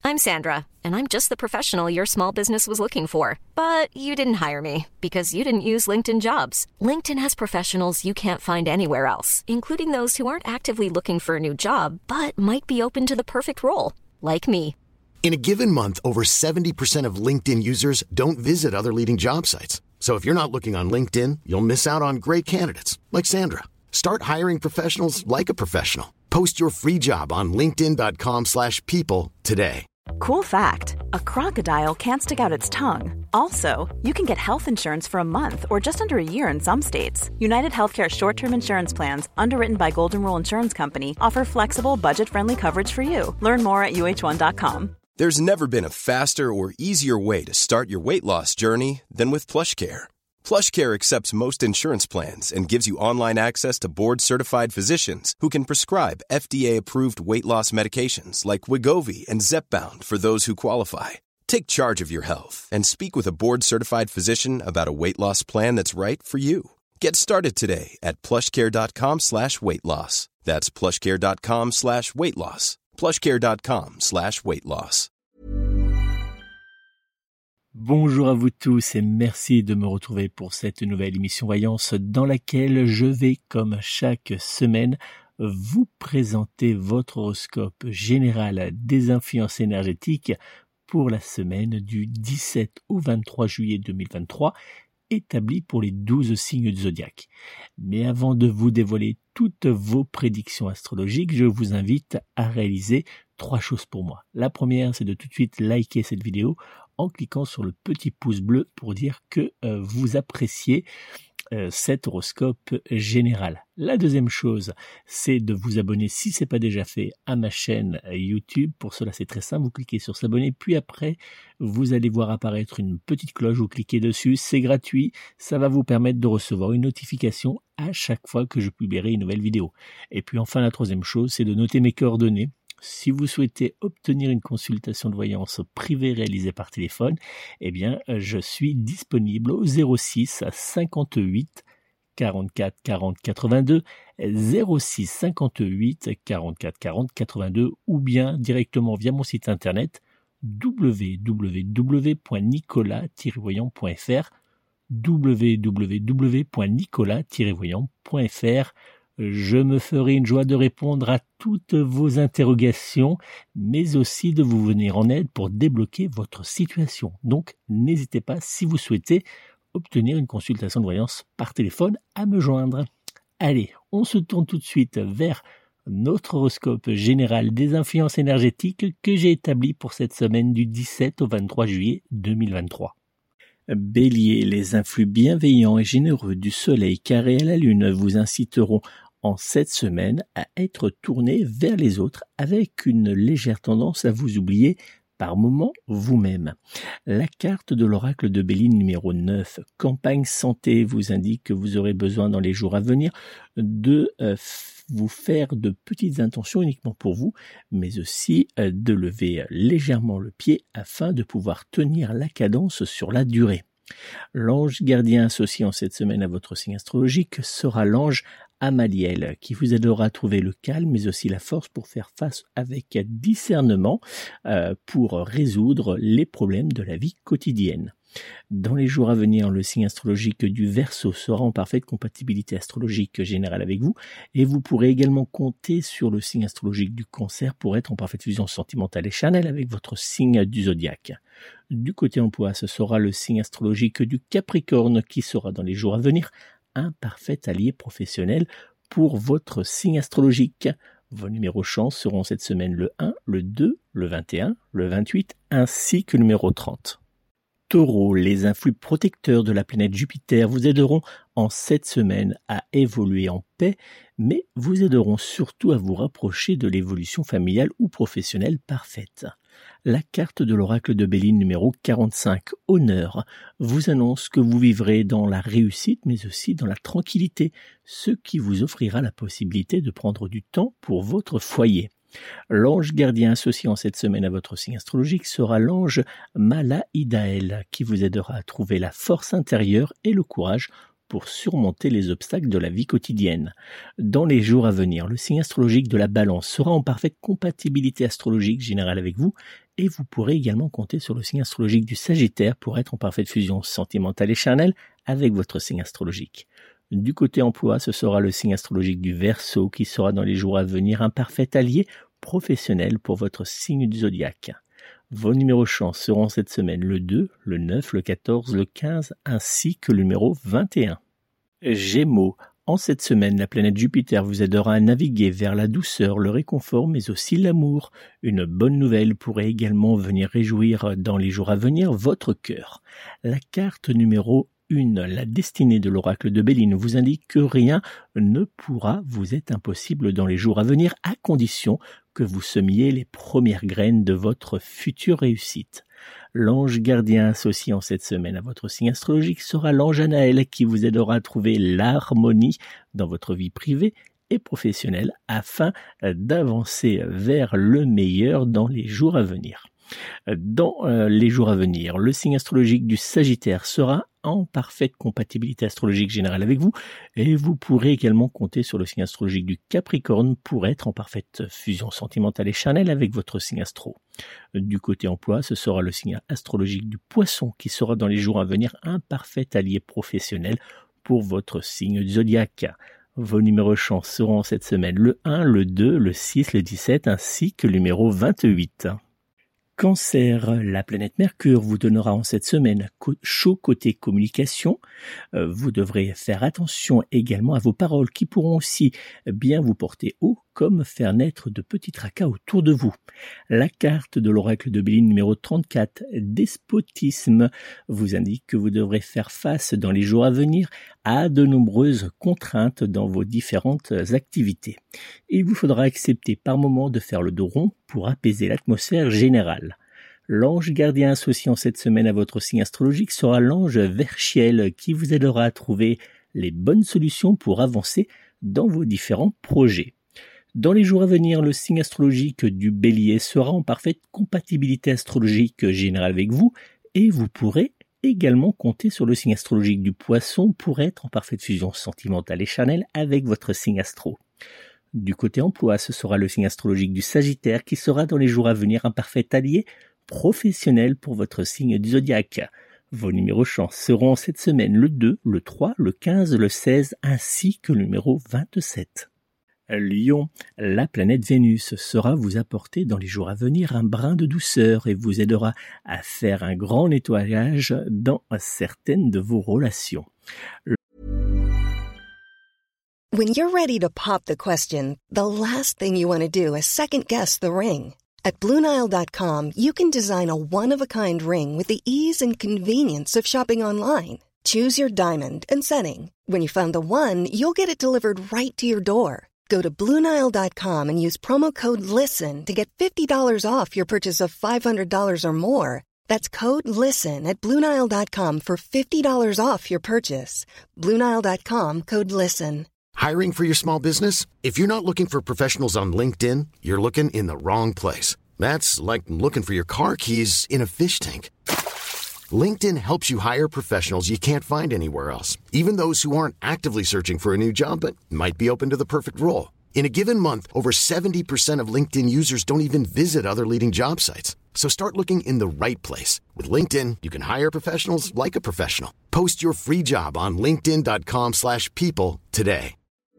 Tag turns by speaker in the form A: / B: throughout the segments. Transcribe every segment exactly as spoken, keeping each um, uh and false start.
A: I'm Sandra, and I'm just the professional your small business was looking for. But you didn't hire me because you didn't use LinkedIn Jobs. LinkedIn has professionals you can't find anywhere else, including those who aren't actively looking for a new job, but might be open to the perfect role, like me.
B: In a given month, over seventy percent of LinkedIn users don't visit other leading job sites. So if you're not looking on LinkedIn, you'll miss out on great candidates like Sandra. Start hiring professionals like a professional. Post your free job on linkedin.com slash people today.
C: Cool fact, a crocodile can't stick out its tongue. Also, you can get health insurance for a month or just under a year in some states. United Healthcare short-term insurance plans, underwritten by Golden Rule Insurance Company, offer flexible, budget-friendly coverage for you. Learn more at U H one dot com.
D: There's never been a faster or easier way to start your weight loss journey than with PlushCare. PlushCare accepts most insurance plans and gives you online access to board-certified physicians who can prescribe F D A-approved weight loss medications like Wegovy and Zepbound for those who qualify. Take charge of your health and speak with a board-certified physician about a weight loss plan that's right for you. Get started today at plushcare.com slash weight loss. That's plushcare.com slash weight loss. plushcare.com slash weight loss.
E: Bonjour à vous tous et merci de me retrouver pour cette nouvelle émission Voyance dans laquelle je vais, comme chaque semaine, vous présenter votre horoscope général des influences énergétiques pour la semaine du dix-sept au vingt-trois juillet deux mille vingt-trois, établi pour les douze signes du zodiaque. Mais avant de vous dévoiler toutes vos prédictions astrologiques, je vous invite à réaliser trois choses pour moi. La première, c'est de tout de suite liker cette vidéo en cliquant sur le petit pouce bleu pour dire que euh, vous appréciez euh, cet horoscope général. La deuxième chose, c'est de vous abonner si ce n'est pas déjà fait à ma chaîne YouTube. Pour cela, c'est très simple, vous cliquez sur s'abonner, puis après, vous allez voir apparaître une petite cloche, vous cliquez dessus, c'est gratuit, ça va vous permettre de recevoir une notification à chaque fois que je publierai une nouvelle vidéo. Et puis enfin, la troisième chose, c'est de noter mes coordonnées. Si vous souhaitez obtenir une consultation de voyance privée réalisée par téléphone, eh bien, je suis disponible au zéro six cinquante-huit quarante-quatre quarante quatre-vingt-deux, zéro six cinquante-huit quarante-quatre quarante quatre-vingt-deux ou bien directement via mon site internet w w w point nicolas tiret voyant point f r w w w point nicolas tiret voyant point f r. Je me ferai une joie de répondre à toutes vos interrogations, mais aussi de vous venir en aide pour débloquer votre situation. Donc, n'hésitez pas, si vous souhaitez obtenir une consultation de voyance par téléphone, à me joindre. Allez, on se tourne tout de suite vers notre horoscope général des influences énergétiques que j'ai établi pour cette semaine du dix-sept au vingt-trois juillet deux mille vingt-trois. Bélier, les influx bienveillants et généreux du soleil carré à la lune vous inciteront en cette semaine à être tourné vers les autres avec une légère tendance à vous oublier par moments vous-même. La carte de l'oracle de Béline numéro neuf, campagne santé, vous indique que vous aurez besoin dans les jours à venir de euh, vous faire de petites intentions uniquement pour vous, mais aussi euh, de lever légèrement le pied afin de pouvoir tenir la cadence sur la durée. L'ange gardien associé en cette semaine à votre signe astrologique sera l'ange Amaliel, qui vous aidera à trouver le calme mais aussi la force pour faire face avec discernement euh, pour résoudre les problèmes de la vie quotidienne. Dans les jours à venir, le signe astrologique du Verseau sera en parfaite compatibilité astrologique générale avec vous et vous pourrez également compter sur le signe astrologique du Cancer pour être en parfaite fusion sentimentale et charnelle avec votre signe du zodiaque. Du côté emploi, ce sera le signe astrologique du Capricorne qui sera dans les jours à venir un parfait allié professionnel pour votre signe astrologique. Vos numéros chance seront cette semaine le un, le deux, le vingt et un, le vingt-huit ainsi que le numéro trente. Taureau, les influx protecteurs de la planète Jupiter vous aideront en cette semaine à évoluer en paix, mais vous aideront surtout à vous rapprocher de l'évolution familiale ou professionnelle parfaite. La carte de l'oracle de Béline numéro quarante-cinq, honneur, vous annonce que vous vivrez dans la réussite mais aussi dans la tranquillité, ce qui vous offrira la possibilité de prendre du temps pour votre foyer. L'ange gardien associé en cette semaine à votre signe astrologique sera l'ange Malaïdaël qui vous aidera à trouver la force intérieure et le courage pour surmonter les obstacles de la vie quotidienne. Dans les jours à venir, le signe astrologique de la Balance sera en parfaite compatibilité astrologique générale avec vous et vous pourrez également compter sur le signe astrologique du Sagittaire pour être en parfaite fusion sentimentale et charnelle avec votre signe astrologique. Du côté emploi, ce sera le signe astrologique du Verseau qui sera dans les jours à venir un parfait allié professionnel pour votre signe du zodiaque. Vos numéros chance seront cette semaine le deux, le neuf, le quatorze, le quinze ainsi que le numéro vingt et un. Gémeaux, en cette semaine, la planète Jupiter vous aidera à naviguer vers la douceur, le réconfort mais aussi l'amour. Une bonne nouvelle pourrait également venir réjouir dans les jours à venir votre cœur. La carte numéro un, la destinée de l'oracle de Béline, vous indique que rien ne pourra vous être impossible dans les jours à venir à condition que vous semiez les premières graines de votre future réussite. L'ange gardien associé en cette semaine à votre signe astrologique sera l'ange Anaël qui vous aidera à trouver l'harmonie dans votre vie privée et professionnelle afin d'avancer vers le meilleur dans les jours à venir. Dans euh, les jours à venir, le signe astrologique du Sagittaire sera en parfaite compatibilité astrologique générale avec vous et vous pourrez également compter sur le signe astrologique du Capricorne pour être en parfaite fusion sentimentale et charnelle avec votre signe astro. Du côté emploi, ce sera le signe astrologique du Poisson qui sera dans les jours à venir un parfait allié professionnel pour votre signe du zodiaque. Vos numéros chance seront cette semaine le un, le deux, le six, le dix-sept ainsi que le numéro vingt-huit. Cancer, la planète Mercure vous donnera en cette semaine chaud côté communication. Vous devrez faire attention également à vos paroles qui pourront aussi bien vous porter haut comme faire naître de petits tracas autour de vous. La carte de l'oracle de Béline numéro trente-quatre, despotisme, vous indique que vous devrez faire face dans les jours à venir à de nombreuses contraintes dans vos différentes activités. Il vous faudra accepter par moments de faire le dos rond pour apaiser l'atmosphère générale. L'ange gardien associé en cette semaine à votre signe astrologique sera l'ange Verchiel qui vous aidera à trouver les bonnes solutions pour avancer dans vos différents projets. Dans les jours à venir, le signe astrologique du Bélier sera en parfaite compatibilité astrologique générale avec vous et vous pourrez également compter sur le signe astrologique du Poisson pour être en parfaite fusion sentimentale et charnelle avec votre signe astro. Du côté emploi, ce sera le signe astrologique du Sagittaire qui sera dans les jours à venir un parfait allié professionnel pour votre signe du zodiaque. Vos numéros chance seront cette semaine le deux, le trois, le quinze, le seize ainsi que le numéro vingt-sept. Lion, la planète Vénus sera vous apporter dans les jours à venir un brin de douceur et vous aidera à faire un grand nettoyage dans certaines de vos relations.
F: When you're ready to pop the question, the last thing you want to do is second guess the ring. At Blue Nile dot com, you can design a one-of-a-kind ring with the ease and convenience of shopping online. Choose your diamond and setting. When you find the one, you'll get it delivered right to your door. Go to Blue Nile dot com and use promo code LISTEN to get fifty dollars off your purchase of five hundred dollars or more. That's code LISTEN at Blue Nile dot com for fifty dollars off your purchase. Blue Nile dot com, code LISTEN.
B: Hiring for your small business? If you're not looking for professionals on LinkedIn, you're looking in the wrong place. That's like looking for your car keys in a fish tank. LinkedIn helps you hire professionals you can't find anywhere else, even those who aren't actively searching for a new job but might be open to the perfect role. In a given month, over seventy percent of LinkedIn users don't even visit other leading job sites. So start looking in the right place. With LinkedIn, you can hire professionals like a professional. Post your free job on linkedin dot com slash people today.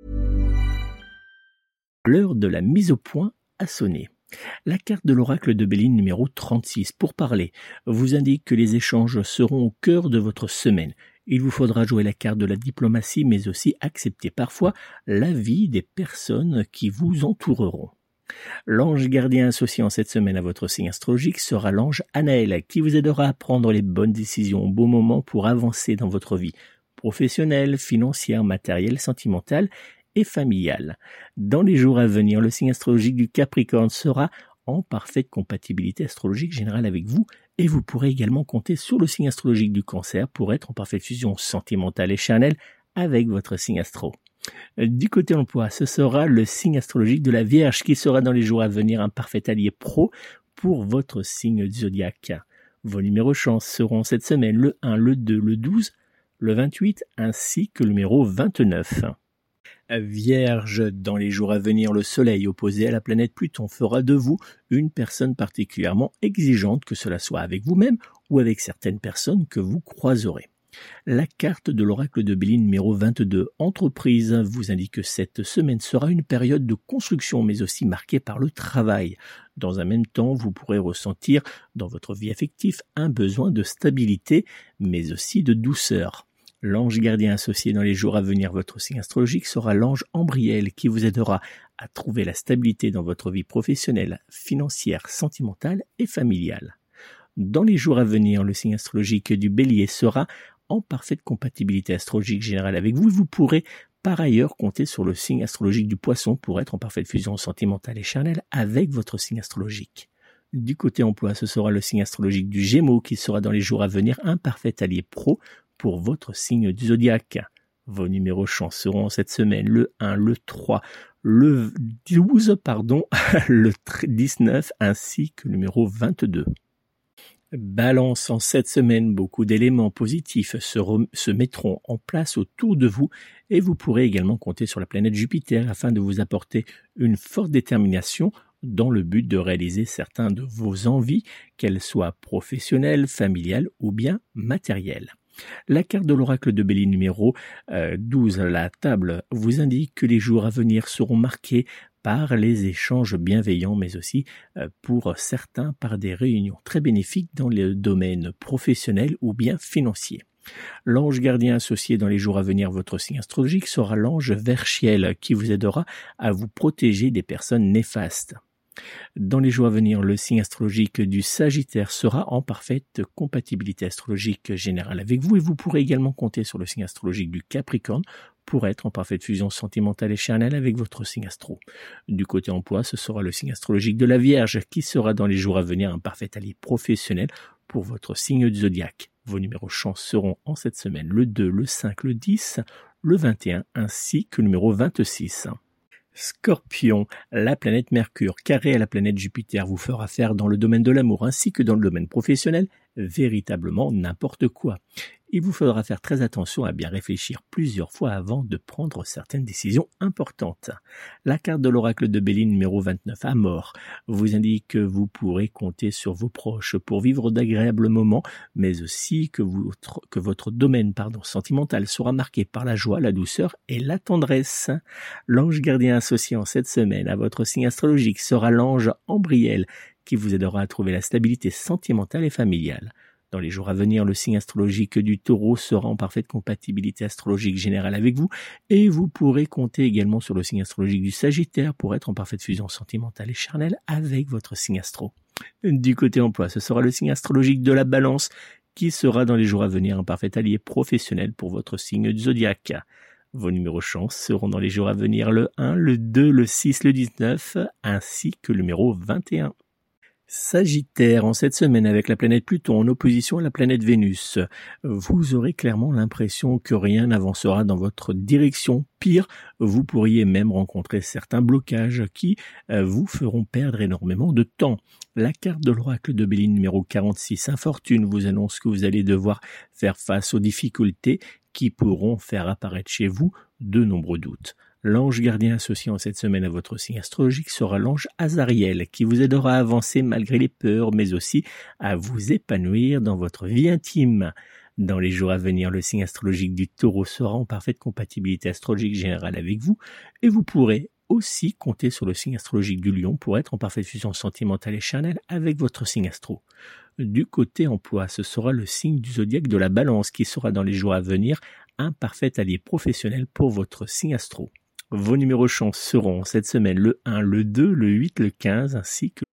E: L'heure de la mise au point a sonné. La carte de l'oracle de Béline numéro trente-six, pour parler, vous indique que les échanges seront au cœur de votre semaine. Il vous faudra jouer la carte de la diplomatie, mais aussi accepter parfois l'avis des personnes qui vous entoureront. L'ange gardien associé en cette semaine à votre signe astrologique sera l'ange Anaël, qui vous aidera à prendre les bonnes décisions au bon moment pour avancer dans votre vie professionnelle, financière, matérielle, sentimentale et familiale. Dans les jours à venir, le signe astrologique du Capricorne sera en parfaite compatibilité astrologique générale avec vous et vous pourrez également compter sur le signe astrologique du Cancer pour être en parfaite fusion sentimentale et charnelle avec votre signe astro. Du côté emploi, ce sera le signe astrologique de la Vierge qui sera dans les jours à venir un parfait allié pro pour votre signe du zodiaque. Vos numéros chance seront cette semaine le un, le deux, le douze, le vingt-huit ainsi que le numéro vingt-neuf. Vierge, dans les jours à venir, le soleil opposé à la planète Pluton fera de vous une personne particulièrement exigeante, que cela soit avec vous-même ou avec certaines personnes que vous croiserez. La carte de l'oracle de Béline numéro vingt-deux, entreprise, vous indique que cette semaine sera une période de construction mais aussi marquée par le travail. Dans un même temps, vous pourrez ressentir dans votre vie affective un besoin de stabilité mais aussi de douceur. L'ange gardien associé dans les jours à venir, votre signe astrologique, sera l'ange Ambriel qui vous aidera à trouver la stabilité dans votre vie professionnelle, financière, sentimentale et familiale. Dans les jours à venir, le signe astrologique du Bélier sera en parfaite compatibilité astrologique générale avec vous et vous pourrez par ailleurs compter sur le signe astrologique du Poisson pour être en parfaite fusion sentimentale et charnelle avec votre signe astrologique. Du côté emploi, ce sera le signe astrologique du Gémeaux qui sera dans les jours à venir un parfait allié pro pour votre signe du zodiaque. Vos numéros chance seront cette semaine le un, le trois, le douze, pardon, le dix-neuf ainsi que le numéro vingt-deux. Balance, en cette semaine, beaucoup d'éléments positifs se, rem- se mettront en place autour de vous et vous pourrez également compter sur la planète Jupiter afin de vous apporter une forte détermination dans le but de réaliser certains de vos envies, qu'elles soient professionnelles, familiales ou bien matérielles. La carte de l'oracle de Béline numéro euh, douze, la table, vous indique que les jours à venir seront marqués par les échanges bienveillants, mais aussi euh, pour certains par des réunions très bénéfiques dans le domaine professionnel ou bien financier. L'ange gardien associé dans les jours à venir, votre signe astrologique, sera l'ange Verchiel qui vous aidera à vous protéger des personnes néfastes. Dans les jours à venir, le signe astrologique du Sagittaire sera en parfaite compatibilité astrologique générale avec vous et vous pourrez également compter sur le signe astrologique du Capricorne pour être en parfaite fusion sentimentale et charnelle avec votre signe astro. Du côté emploi, ce sera le signe astrologique de la Vierge qui sera dans les jours à venir un parfait allié professionnel pour votre signe du zodiaque. Vos numéros chance seront en cette semaine le deux, le cinq, le dix, le vingt et un ainsi que le numéro vingt-six. Scorpion, la planète Mercure carrée à la planète Jupiter vous fera faire dans le domaine de l'amour ainsi que dans le domaine professionnel véritablement n'importe quoi. Il vous faudra faire très attention à bien réfléchir plusieurs fois avant de prendre certaines décisions importantes. La carte de l'oracle de Béline numéro vingt-neuf, Amour, vous indique que vous pourrez compter sur vos proches pour vivre d'agréables moments, mais aussi que, vous, que votre domaine pardon, sentimental sera marqué par la joie, la douceur et la tendresse. L'ange gardien associé en cette semaine à votre signe astrologique sera l'ange Ambriel, qui vous aidera à trouver la stabilité sentimentale et familiale. Dans les jours à venir, le signe astrologique du Taureau sera en parfaite compatibilité astrologique générale avec vous et vous pourrez compter également sur le signe astrologique du Sagittaire pour être en parfaite fusion sentimentale et charnelle avec votre signe astro. Du côté emploi, ce sera le signe astrologique de la Balance qui sera dans les jours à venir un parfait allié professionnel pour votre signe du zodiaque. Vos numéros chance seront dans les jours à venir le un, le deux, le six, le dix-neuf ainsi que le numéro vingt et un. Sagittaire, en cette semaine avec la planète Pluton en opposition à la planète Vénus, vous aurez clairement l'impression que rien n'avancera dans votre direction. Pire, vous pourriez même rencontrer certains blocages qui vous feront perdre énormément de temps. La carte de l'oracle de Béline numéro quarante-six, Infortune, vous annonce que vous allez devoir faire face aux difficultés qui pourront faire apparaître chez vous de nombreux doutes. L'ange gardien associé en cette semaine à votre signe astrologique sera l'ange Azariel qui vous aidera à avancer malgré les peurs mais aussi à vous épanouir dans votre vie intime. Dans les jours à venir, le signe astrologique du Taureau sera en parfaite compatibilité astrologique générale avec vous et vous pourrez aussi compter sur le signe astrologique du Lion pour être en parfaite fusion sentimentale et charnelle avec votre signe astro. Du côté emploi, ce sera le signe du zodiaque de la Balance qui sera dans les jours à venir un parfait allié professionnel pour votre signe astro. Vos numéros chance seront cette semaine le un, le deux, le huit, le quinze ainsi que...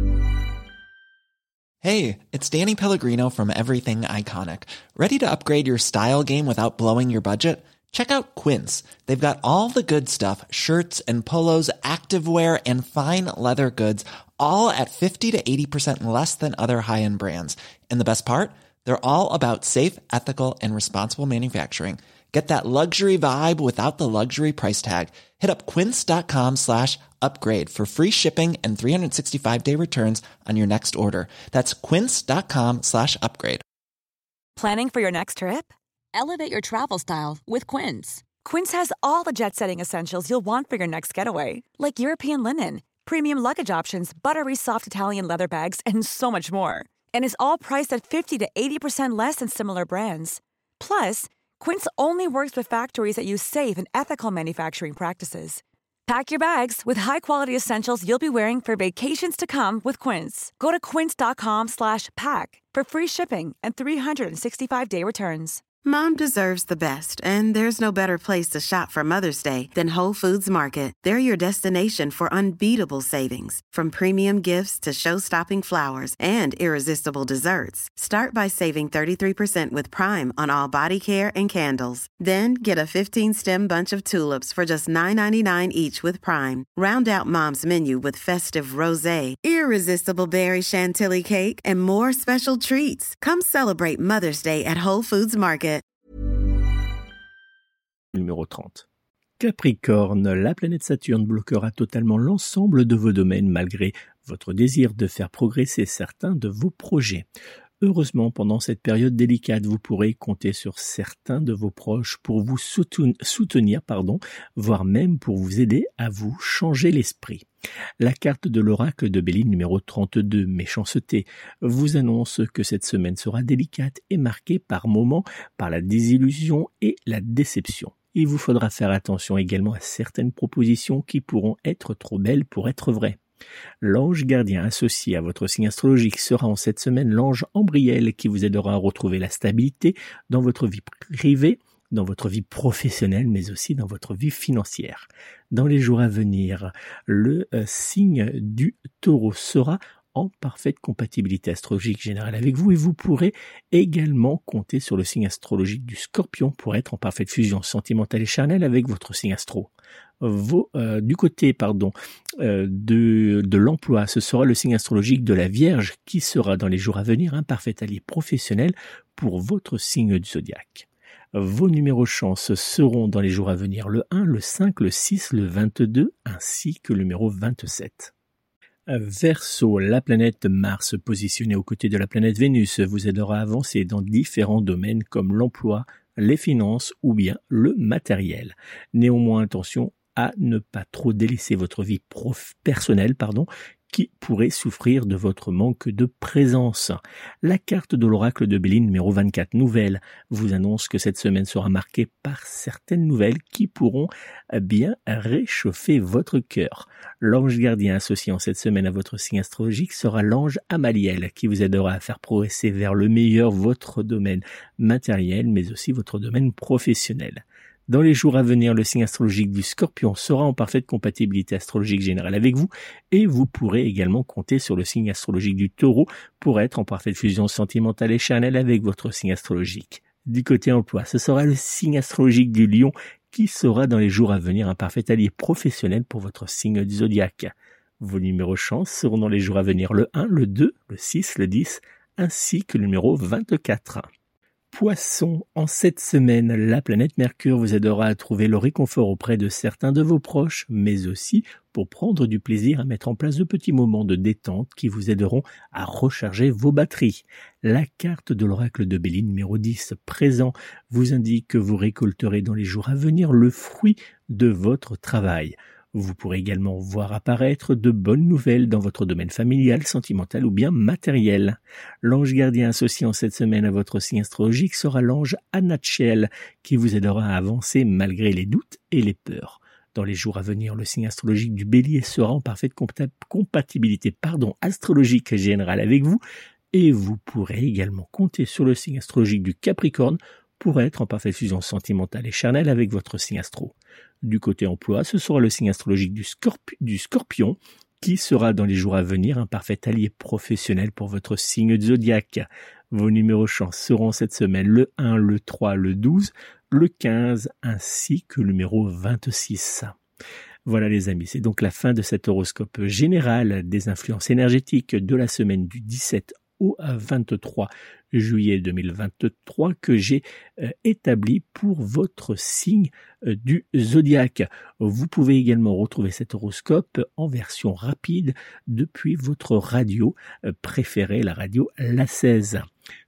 G: Hey, it's Danny Pellegrino from Everything Iconic. Ready to upgrade your style game without blowing your budget? Check out Quince. They've got all the good stuff, shirts and polos, activewear and fine leather goods, all at fifty to eighty percent less than other high-end brands. And the best part? They're all about safe, ethical and responsible manufacturing. Get that luxury vibe without the luxury price tag. Hit up quince.com slash upgrade for free shipping and three sixty-five day returns on your next order. That's quince.com slash upgrade.
H: Planning for your next trip? Elevate your travel style with Quince. Quince has all the jet-setting essentials you'll want for your next getaway, like European linen, premium luggage options, buttery soft Italian leather bags, and so much more. And is all priced at fifty to eighty percent less than similar brands. Plus, Quince only works with factories that use safe and ethical manufacturing practices. Pack your bags with high-quality essentials you'll be wearing for vacations to come with Quince. Go to quince.com slash pack for free shipping and three sixty-five day returns.
I: Mom deserves the best, and there's no better place to shop for Mother's Day than Whole Foods Market. They're your destination for unbeatable savings, from premium gifts to show-stopping flowers and irresistible desserts. Start by saving thirty-three percent with Prime on all body care and candles. Then get a fifteen-stem bunch of tulips for just nine ninety-nine each with Prime. Round out Mom's menu with festive rosé, irresistible berry chantilly cake, and more special treats. Come celebrate Mother's Day at Whole Foods Market.
E: Numéro trente. Capricorne, la planète Saturne bloquera totalement l'ensemble de vos domaines malgré votre désir de faire progresser certains de vos projets. Heureusement, pendant cette période délicate, vous pourrez compter sur certains de vos proches pour vous soutenir, pardon, voire même pour vous aider à vous changer l'esprit. La carte de l'oracle de Béline numéro trente-deux, méchanceté, vous annonce que cette semaine sera délicate et marquée par moments par la désillusion et la déception. Il vous faudra faire attention également à certaines propositions qui pourront être trop belles pour être vraies. L'ange gardien associé à votre signe astrologique sera en cette semaine l'ange Ambriel qui vous aidera à retrouver la stabilité dans votre vie privée, dans votre vie professionnelle, mais aussi dans votre vie financière. Dans les jours à venir, le euh, signe du Taureau sera en parfaite compatibilité astrologique générale avec vous et vous pourrez également compter sur le signe astrologique du Scorpion pour être en parfaite fusion sentimentale et charnelle avec votre signe astro. Vos, euh, du côté pardon, euh, de, de l'emploi, ce sera le signe astrologique de la Vierge qui sera dans les jours à venir un parfait allié professionnel pour votre signe du zodiaque. Vos numéros chance seront dans les jours à venir le un, le cinq, le six, le vingt-deux ainsi que le numéro vingt-sept. Verseau, la planète Mars positionnée aux côtés de la planète Vénus vous aidera à avancer dans différents domaines comme l'emploi, les finances ou bien le matériel. Néanmoins, attention à ne pas trop délaisser votre vie prof- personnelle, pardon, qui pourrait souffrir de votre manque de présence. La carte de l'oracle de Béline numéro vingt-quatre, nouvelle, vous annonce que cette semaine sera marquée par certaines nouvelles qui pourront bien réchauffer votre cœur. L'ange gardien associé en cette semaine à votre signe astrologique sera l'ange Amaliel qui vous aidera à faire progresser vers le meilleur votre domaine matériel mais aussi votre domaine professionnel. Dans les jours à venir, le signe astrologique du Scorpion sera en parfaite compatibilité astrologique générale avec vous et vous pourrez également compter sur le signe astrologique du Taureau pour être en parfaite fusion sentimentale et charnelle avec votre signe astrologique. Du côté emploi, ce sera le signe astrologique du Lion qui sera dans les jours à venir un parfait allié professionnel pour votre signe du zodiaque. Vos numéros chance seront dans les jours à venir le un, le deux, le six, le dix ainsi que le numéro vingt-quatre. Poisson, en cette semaine, la planète Mercure vous aidera à trouver le réconfort auprès de certains de vos proches, mais aussi pour prendre du plaisir à mettre en place de petits moments de détente qui vous aideront à recharger vos batteries. La carte de l'oracle de Béline numéro dix, présent, vous indique que vous récolterez dans les jours à venir le fruit de votre travail. Vous pourrez également voir apparaître de bonnes nouvelles dans votre domaine familial, sentimental ou bien matériel. L'ange gardien associé en cette semaine à votre signe astrologique sera l'ange Anachel qui vous aidera à avancer malgré les doutes et les peurs. Dans les jours à venir, le signe astrologique du Bélier sera en parfaite compatibilité pardon, astrologique générale avec vous et vous pourrez également compter sur le signe astrologique du Capricorne pour être en parfaite fusion sentimentale et charnelle avec votre signe astro. Du côté emploi, ce sera le signe astrologique du, scorpi- du Scorpion qui sera dans les jours à venir un parfait allié professionnel pour votre signe zodiaque. Vos numéros chance seront cette semaine le un, le trois, le douze, le quinze ainsi que le numéro vingt-six. Voilà les amis, c'est donc la fin de cet horoscope général des influences énergétiques de la semaine du dix-sept au vingt-trois juillet deux mille vingt-trois que j'ai euh, établi pour votre signe euh, du zodiaque. Vous pouvez également retrouver cet horoscope en version rapide depuis votre radio euh, préférée, la radio La seize.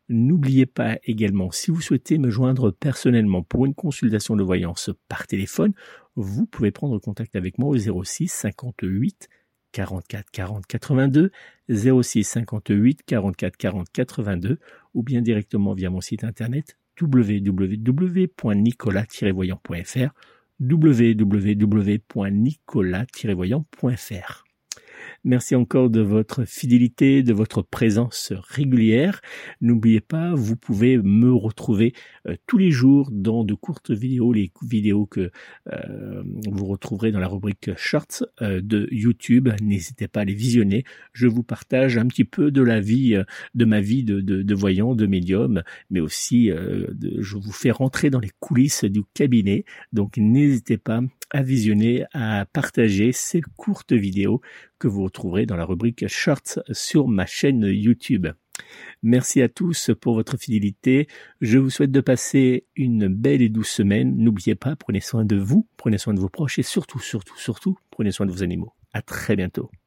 E: N'oubliez pas également, si vous souhaitez me joindre personnellement pour une consultation de voyance par téléphone, vous pouvez prendre contact avec moi au zéro six cinquante-huit quarante-quatre quarante quatre-vingt-deux, zéro six cinquante-huit quarante-quatre quarante quatre-vingt-deux, ou bien directement via mon site internet w w w point nicolas tiret voyant point f r, w w w point nicolas tiret voyant point f r. Merci encore de votre fidélité, de votre présence régulière. N'oubliez pas, vous pouvez me retrouver euh, tous les jours dans de courtes vidéos, les vidéos que euh, vous retrouverez dans la rubrique Shorts euh, de YouTube. N'hésitez pas à les visionner. Je vous partage un petit peu de la vie, euh, de ma vie de, de, de voyant, de médium, mais aussi euh, de, je vous fais rentrer dans les coulisses du cabinet. Donc n'hésitez pas à visionner, à partager ces courtes vidéos que vous retrouverez dans la rubrique Shorts sur ma chaîne YouTube. Merci à tous pour votre fidélité. Je vous souhaite de passer une belle et douce semaine. N'oubliez pas, prenez soin de vous, prenez soin de vos proches et surtout, surtout, surtout, prenez soin de vos animaux. À très bientôt.